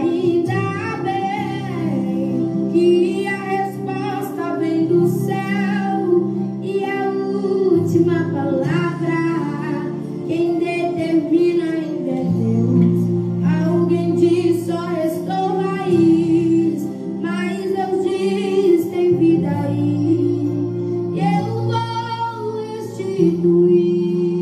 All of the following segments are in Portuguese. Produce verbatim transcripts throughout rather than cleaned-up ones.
ainda bem que a resposta vem do céu e a última palavra quem determina ainda é Deus. Alguém diz só restou raiz, mas Deus diz tem vida aí e eu vou restituir.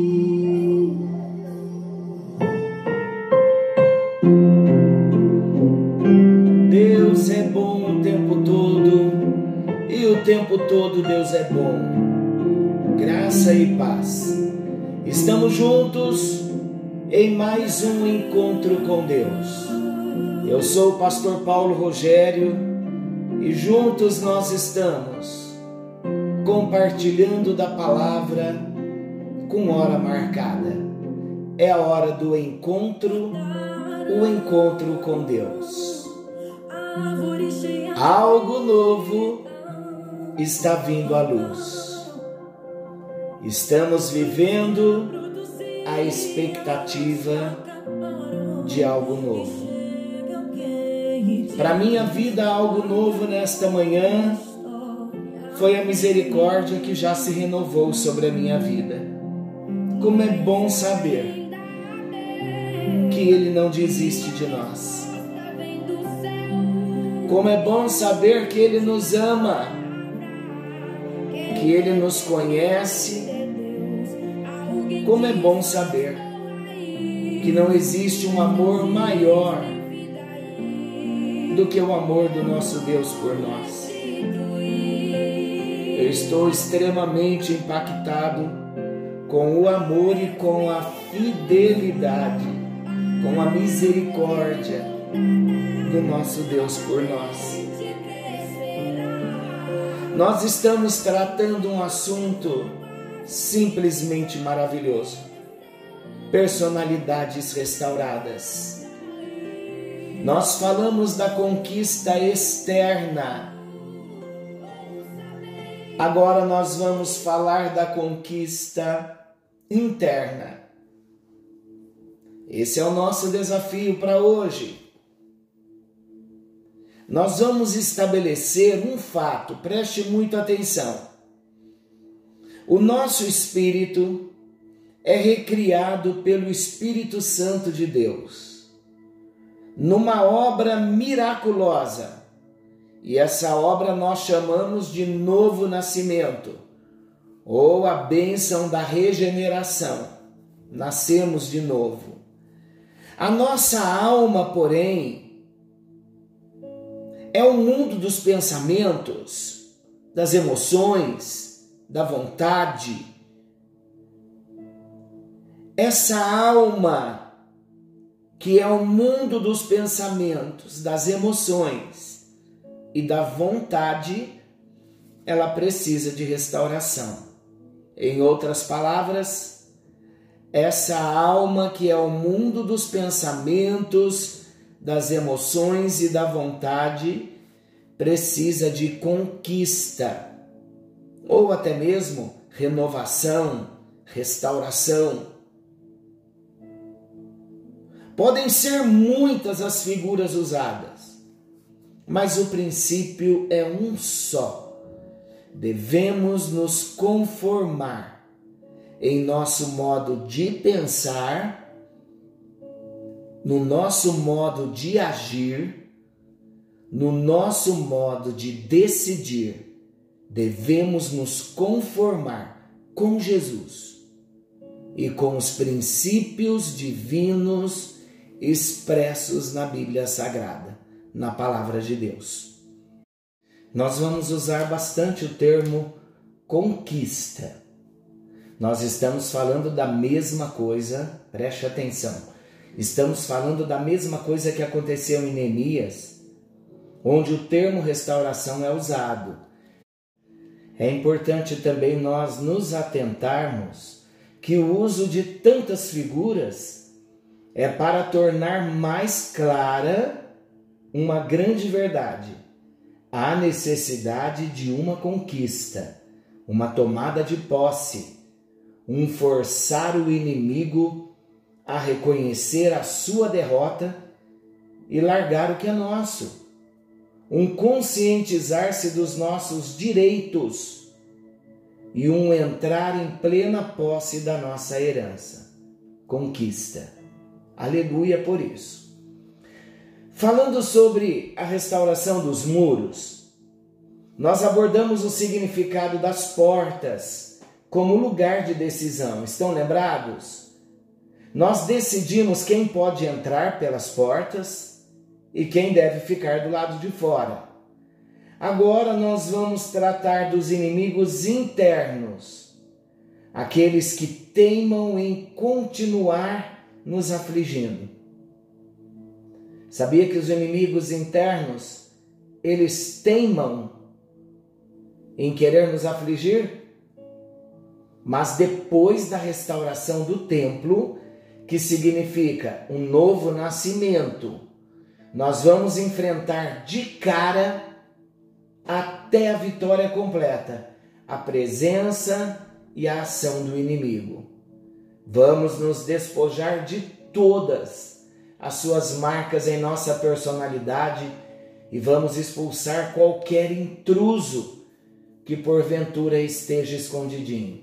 Deus é bom o tempo todo, e o tempo todo Deus é bom. Graça e paz. Estamos juntos em mais um encontro com Deus. Eu sou o pastor Paulo Rogério e juntos nós estamos compartilhando da palavra com hora marcada. É a hora do encontro, o encontro com Deus. Algo novo está vindo à luz. Estamos vivendo a expectativa de algo novo. Para minha vida, algo novo nesta manhã foi a misericórdia que já se renovou sobre a minha vida. Como é bom saber que Ele não desiste de nós. Como é bom saber que Ele nos ama, que Ele nos conhece. Como é bom saber que não existe um amor maior do que o amor do nosso Deus por nós. Eu estou extremamente impactado com o amor e com a fidelidade, com a misericórdia do nosso Deus por nós. Nós estamos tratando um assunto simplesmente maravilhoso: personalidades restauradas. Nós falamos da conquista externa. Agora nós vamos falar da conquista interna. Esse é o nosso desafio para hoje. Nós vamos estabelecer um fato, preste muita atenção. O nosso espírito é recriado pelo Espírito Santo de Deus, numa obra miraculosa. E essa obra nós chamamos de novo nascimento, ou a bênção da regeneração. Nascemos de novo. A nossa alma, porém, é o mundo dos pensamentos, das emoções, da vontade. Essa alma, que é o mundo dos pensamentos, das emoções e da vontade, ela precisa de restauração. Em outras palavras, essa alma que é o mundo dos pensamentos, das emoções e da vontade, precisa de conquista, ou até mesmo renovação, restauração. Podem ser muitas as figuras usadas, mas o princípio é um só. Devemos nos conformar em nosso modo de pensar, no nosso modo de agir, no nosso modo de decidir. Devemos nos conformar com Jesus e com os princípios divinos expressos na Bíblia Sagrada, na Palavra de Deus. Nós vamos usar bastante o termo conquista. Nós estamos falando da mesma coisa, preste atenção. Estamos falando da mesma coisa que aconteceu em Neemias, onde o termo restauração é usado. É importante também nós nos atentarmos que o uso de tantas figuras é para tornar mais clara uma grande verdade: a necessidade de uma conquista, uma tomada de posse, um forçar o inimigo a reconhecer a sua derrota e largar o que é nosso. Um conscientizar-se dos nossos direitos e um entrar em plena posse da nossa herança. Conquista. Aleluia por isso. Falando sobre a restauração dos muros, nós abordamos o significado das portas como lugar de decisão. Estão lembrados? Nós decidimos quem pode entrar pelas portas e quem deve ficar do lado de fora. Agora nós vamos tratar dos inimigos internos, aqueles que teimam em continuar nos afligindo. Sabia que os inimigos internos, eles teimam em querer nos afligir? Mas depois da restauração do templo, que significa um novo nascimento, nós vamos enfrentar de cara até a vitória completa a presença e a ação do inimigo. Vamos nos despojar de todas as suas marcas em nossa personalidade e vamos expulsar qualquer intruso que porventura esteja escondidinho.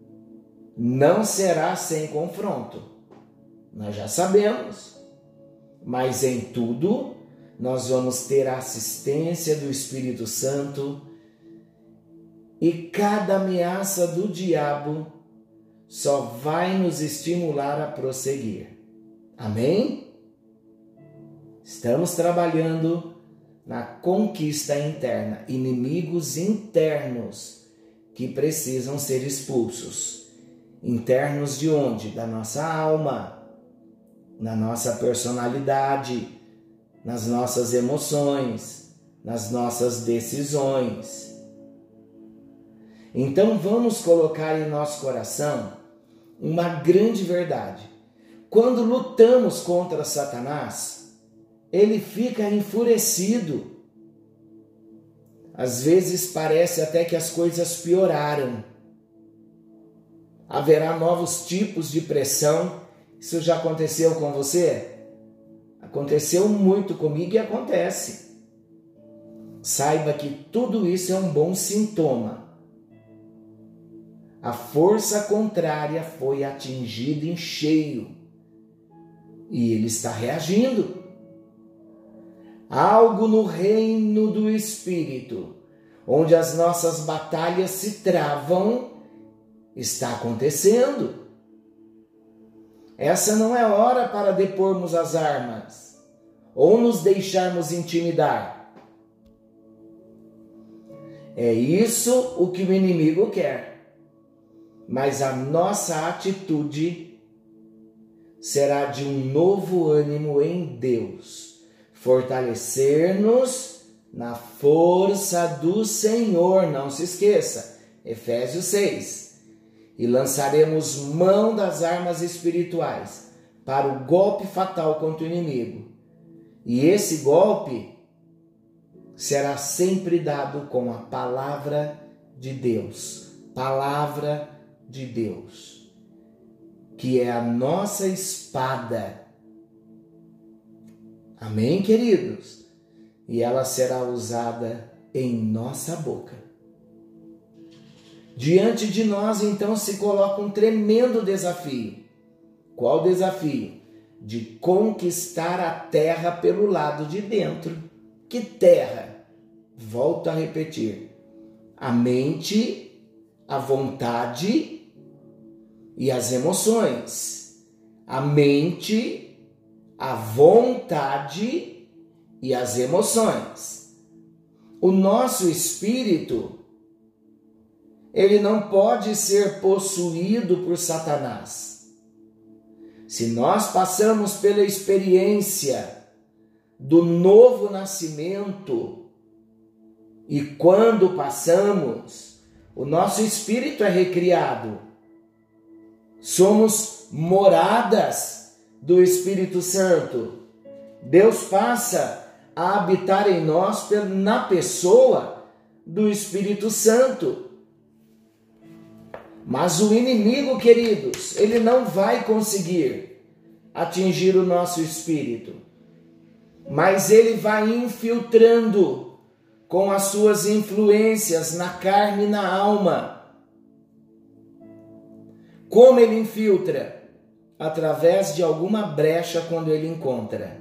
Não será sem confronto, nós já sabemos, mas em tudo nós vamos ter a assistência do Espírito Santo e cada ameaça do diabo só vai nos estimular a prosseguir. Amém? Estamos trabalhando na conquista interna, inimigos internos que precisam ser expulsos. Internos de onde? Da nossa alma, na nossa personalidade, nas nossas emoções, nas nossas decisões. Então vamos colocar em nosso coração uma grande verdade. Quando lutamos contra Satanás, ele fica enfurecido. Às vezes parece até que as coisas pioraram. Haverá novos tipos de pressão. Isso já aconteceu com você? Aconteceu muito comigo e acontece. Saiba que tudo isso é um bom sintoma. A força contrária foi atingida em cheio e ele está reagindo. Algo no reino do Espírito, onde as nossas batalhas se travam, está acontecendo. Essa não é hora para depormos as armas ou nos deixarmos intimidar. É isso o que o inimigo quer. Mas a nossa atitude será de um novo ânimo em Deus, fortalecer-nos na força do Senhor, não se esqueça, Efésios seis, e lançaremos mão das armas espirituais para o golpe fatal contra o inimigo, e esse golpe será sempre dado com a palavra de Deus, palavra de Deus, que é a nossa espada. Amém, queridos? E ela será usada em nossa boca. Diante de nós, então, se coloca um tremendo desafio. Qual desafio? De conquistar a terra pelo lado de dentro. Que terra? Volto a repetir. A mente, a vontade e as emoções. A mente, a vontade e as emoções. O nosso espírito, ele não pode ser possuído por Satanás. Se nós passamos pela experiência do novo nascimento, e quando passamos, o nosso espírito é recriado. Somos moradas do Espírito Santo. Deus passa a habitar em nós na pessoa do Espírito Santo. Mas o inimigo, queridos, ele não vai conseguir atingir o nosso espírito. mas ele vai infiltrando com as suas influências na carne e na alma. Como ele infiltra? Através de alguma brecha quando ele encontra.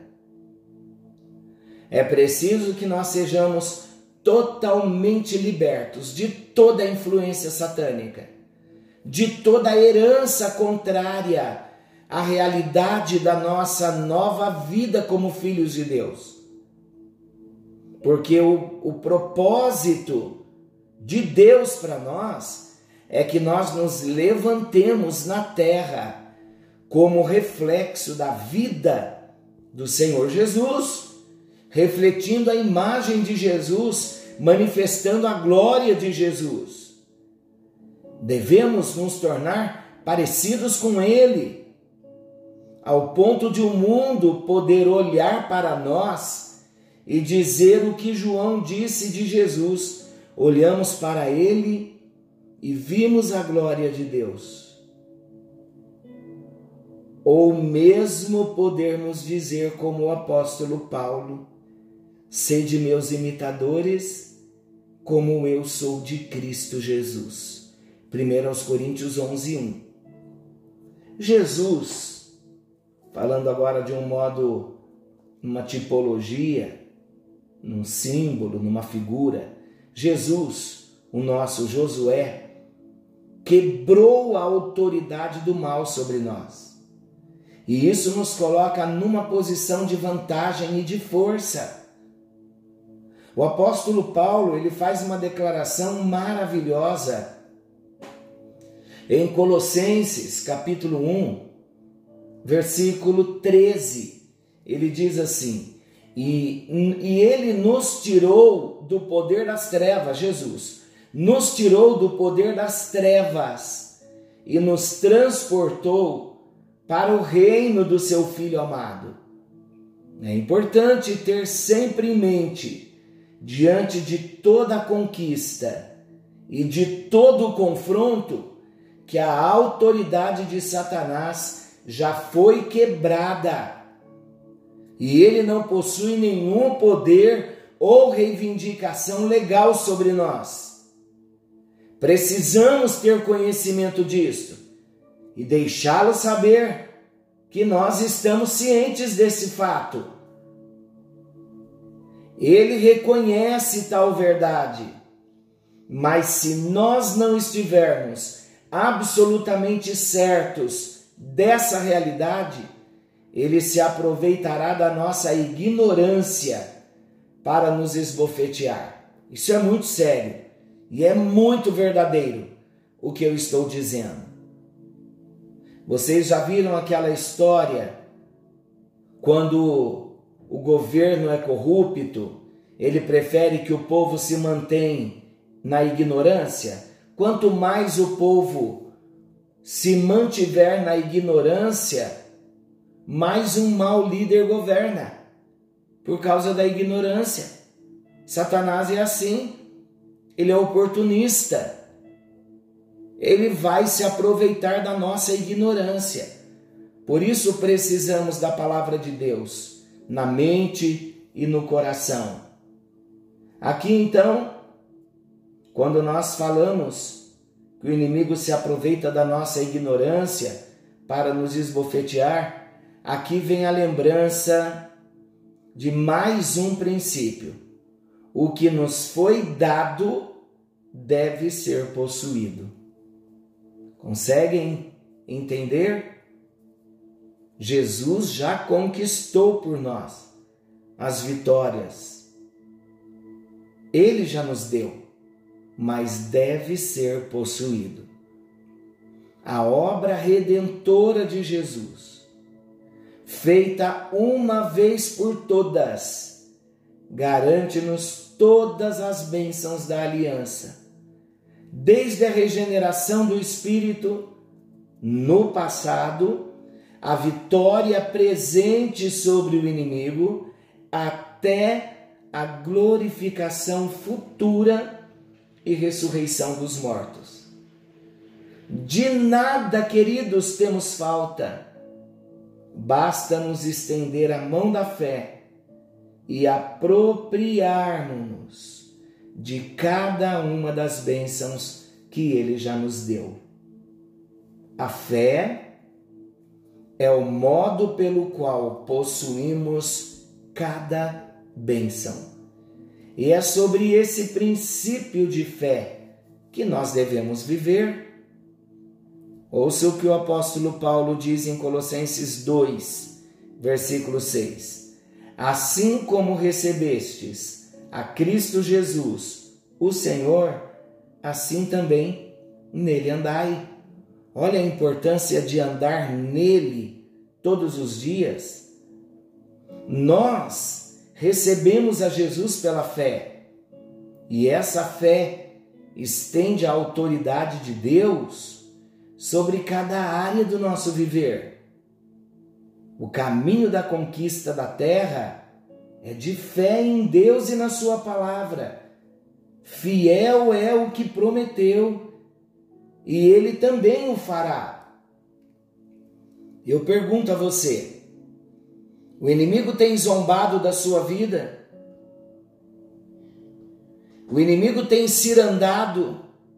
É preciso que nós sejamos totalmente libertos de toda a influência satânica, de toda a herança contrária à realidade da nossa nova vida como filhos de Deus. Porque o, o propósito de Deus para nós é que nós nos levantemos na terra como reflexo da vida do Senhor Jesus, refletindo a imagem de Jesus, manifestando a glória de Jesus. Devemos nos tornar parecidos com Ele, ao ponto de o mundo poder olhar para nós e dizer o que João disse de Jesus. Olhamos para Ele e vimos a glória de Deus. Ou mesmo podermos dizer como o apóstolo Paulo: sede meus imitadores, como eu sou de Cristo Jesus. primeira aos Coríntios onze, um. Jesus, falando agora de um modo, numa tipologia, num símbolo, numa figura, Jesus, o nosso Josué, quebrou a autoridade do mal sobre nós. E isso nos coloca numa posição de vantagem e de força. O apóstolo Paulo, ele faz uma declaração maravilhosa em Colossenses, capítulo um, versículo treze. Ele diz assim: e, e ele nos tirou do poder das trevas, Jesus, nos tirou do poder das trevas e nos transportou para o reino do seu Filho amado. É importante ter sempre em mente, diante de toda a conquista e de todo o confronto, que a autoridade de Satanás já foi quebrada e ele não possui nenhum poder ou reivindicação legal sobre nós. Precisamos ter conhecimento disto e deixá-lo saber que nós estamos cientes desse fato. Ele reconhece tal verdade, mas se nós não estivermos absolutamente certos dessa realidade, ele se aproveitará da nossa ignorância para nos esbofetear. Isso é muito sério e é muito verdadeiro o que eu estou dizendo. Vocês já viram aquela história quando o governo é corrupto, ele prefere que o povo se mantenha na ignorância? Quanto mais o povo se mantiver na ignorância, mais um mau líder governa, por causa da ignorância. Satanás é assim, ele é oportunista, ele vai se aproveitar da nossa ignorância. Por isso precisamos da palavra de Deus na mente e no coração. Aqui então, quando nós falamos que o inimigo se aproveita da nossa ignorância para nos esbofetear, aqui vem a lembrança de mais um princípio: o que nos foi dado deve ser possuído. Conseguem entender? Jesus já conquistou por nós as vitórias. Ele já nos deu, mas deve ser possuído. A obra redentora de Jesus, feita uma vez por todas, garante-nos todas as bênçãos da aliança, desde a regeneração do Espírito no passado, a vitória presente sobre o inimigo, até a glorificação futura e ressurreição dos mortos. De nada, queridos, temos falta. Basta nos estender a mão da fé e apropriarmos-nos de cada uma das bênçãos que Ele já nos deu. A fé é o modo pelo qual possuímos cada bênção. E é sobre esse princípio de fé que nós devemos viver. Ouça o que o apóstolo Paulo diz em Colossenses dois, versículo seis. Assim como recebestes a Cristo Jesus, o Senhor, assim também nele andai. Olha a importância de andar nele todos os dias. Nós recebemos a Jesus pela fé, e essa fé estende a autoridade de Deus sobre cada área do nosso viver. O caminho da conquista da terra é de fé em Deus e na sua palavra. Fiel é o que prometeu, e Ele também o fará. Eu pergunto a você, o inimigo tem zombado da sua vida? O inimigo tem cirandado?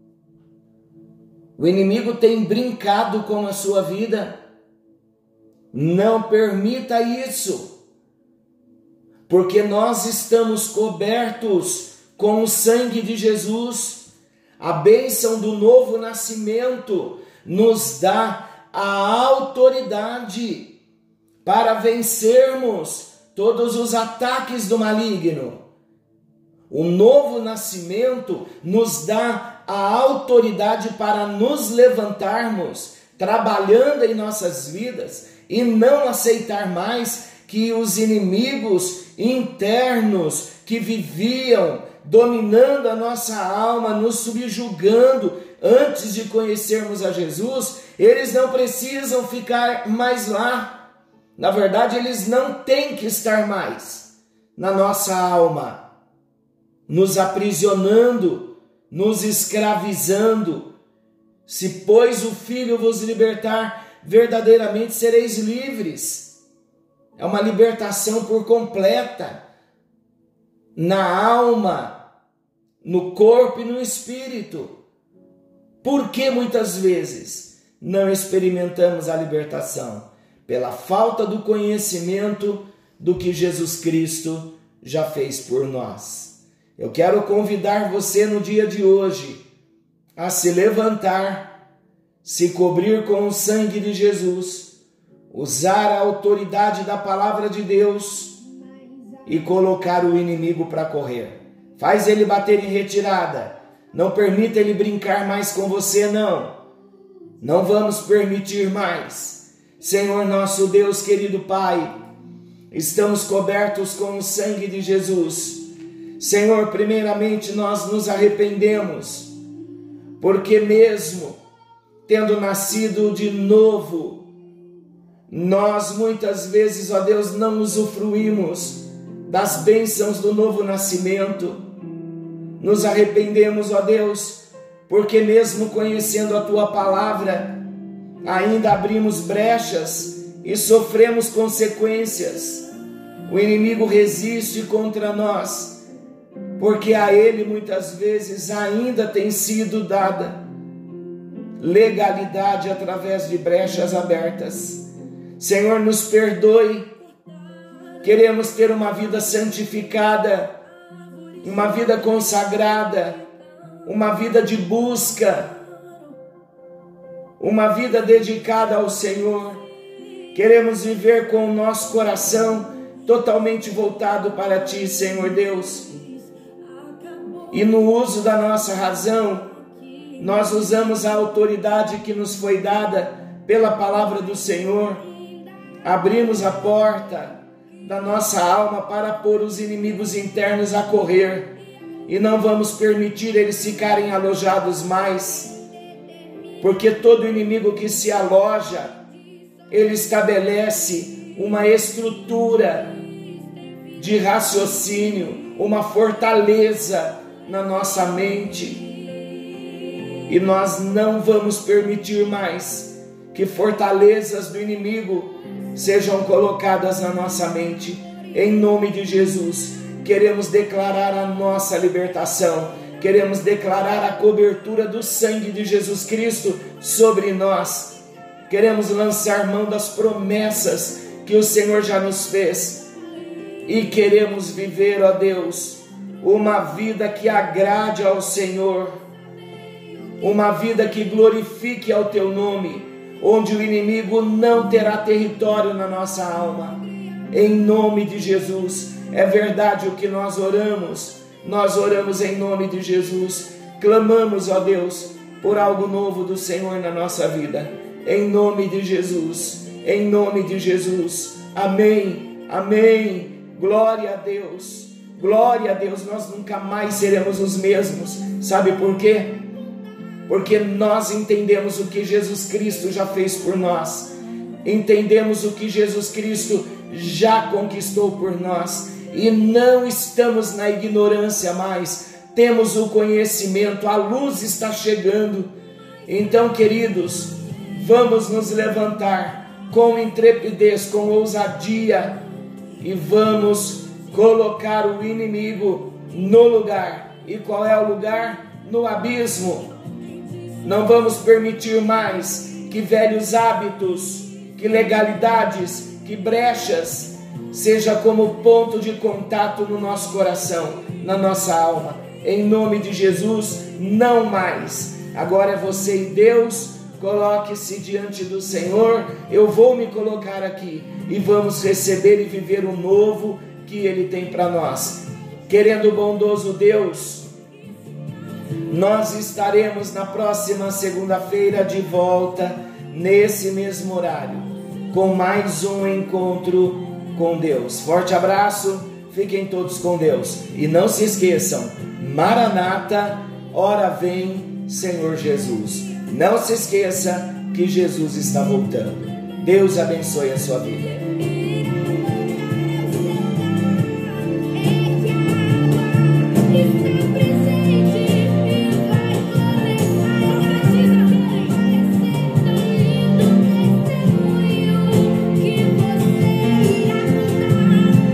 O inimigo tem brincado com a sua vida? Não permita isso, porque nós estamos cobertos com o sangue de Jesus. A bênção do novo nascimento nos dá a autoridade para vencermos todos os ataques do maligno. O novo nascimento nos dá a autoridade para nos levantarmos, trabalhando em nossas vidas e não aceitar mais que os inimigos internos que viviam dominando a nossa alma, nos subjugando antes de conhecermos a Jesus, eles não precisam ficar mais lá. Na verdade, eles não têm que estar mais na nossa alma, nos aprisionando, nos escravizando. Se, pois, o Filho vos libertar, verdadeiramente sereis livres. É uma libertação por completa, na alma, no corpo e no espírito. Por que muitas vezes não experimentamos a libertação? Pela falta do conhecimento do que Jesus Cristo já fez por nós. Eu quero convidar você no dia de hoje a se levantar, se cobrir com o sangue de Jesus, usar a autoridade da palavra de Deus e colocar o inimigo para correr. Faz ele bater em retirada. Não permita ele brincar mais com você, não. Não vamos permitir mais. Senhor nosso Deus, querido Pai, estamos cobertos com o sangue de Jesus. Senhor, primeiramente nós nos arrependemos, porque mesmo tendo nascido de novo, nós muitas vezes, ó Deus, não usufruímos das bênçãos do novo nascimento. Nos arrependemos, ó Deus, porque mesmo conhecendo a Tua palavra, ainda abrimos brechas e sofremos consequências. O inimigo resiste contra nós, porque a ele muitas vezes ainda tem sido dada legalidade através de brechas abertas. Senhor, nos perdoe. Queremos ter uma vida santificada, uma vida consagrada, uma vida de busca, uma vida dedicada ao Senhor. Queremos viver com o nosso coração totalmente voltado para Ti, Senhor Deus. E no uso da nossa razão, nós usamos a autoridade que nos foi dada pela palavra do Senhor. Abrimos a porta da nossa alma para pôr os inimigos internos a correr. E não vamos permitir eles ficarem alojados mais, porque todo inimigo que se aloja, ele estabelece uma estrutura de raciocínio, uma fortaleza na nossa mente, e nós não vamos permitir mais que fortalezas do inimigo sejam colocadas na nossa mente, Em nome de Jesus, queremos declarar a nossa libertação, queremos declarar a cobertura do sangue de Jesus Cristo sobre nós. Queremos lançar mão das promessas que o Senhor já nos fez e queremos viver, ó Deus, uma vida que agrade ao Senhor, uma vida que glorifique ao Teu nome, onde o inimigo não terá território na nossa alma. Em nome de Jesus, é verdade o que nós oramos, nós oramos em nome de Jesus, clamamos, ó Deus, por algo novo do Senhor na nossa vida, em nome de Jesus, em nome de Jesus, amém, amém, glória a Deus, glória a Deus. Nós nunca mais seremos os mesmos, sabe por quê? Porque nós entendemos o que Jesus Cristo já fez por nós, entendemos o que Jesus Cristo já conquistou por nós, e não estamos na ignorância mais, temos o conhecimento, a luz está chegando. Então, queridos, vamos nos levantar com intrepidez, com ousadia, e vamos colocar o inimigo no lugar. E qual é o lugar? No abismo. Não vamos permitir mais que velhos hábitos, que legalidades, que brechas seja como ponto de contato no nosso coração, na nossa alma. Em nome de Jesus, não mais. Agora é você e Deus. Coloque-se diante do Senhor. Eu vou me colocar aqui e vamos receber e viver o novo que Ele tem para nós. Querendo o bondoso Deus, nós estaremos na próxima segunda-feira de volta, nesse mesmo horário, com mais um encontro com Deus. Forte abraço, fiquem todos com Deus. E não se esqueçam, Maranata, ora vem Senhor Jesus. Não se esqueça que Jesus está voltando. Deus abençoe a sua vida.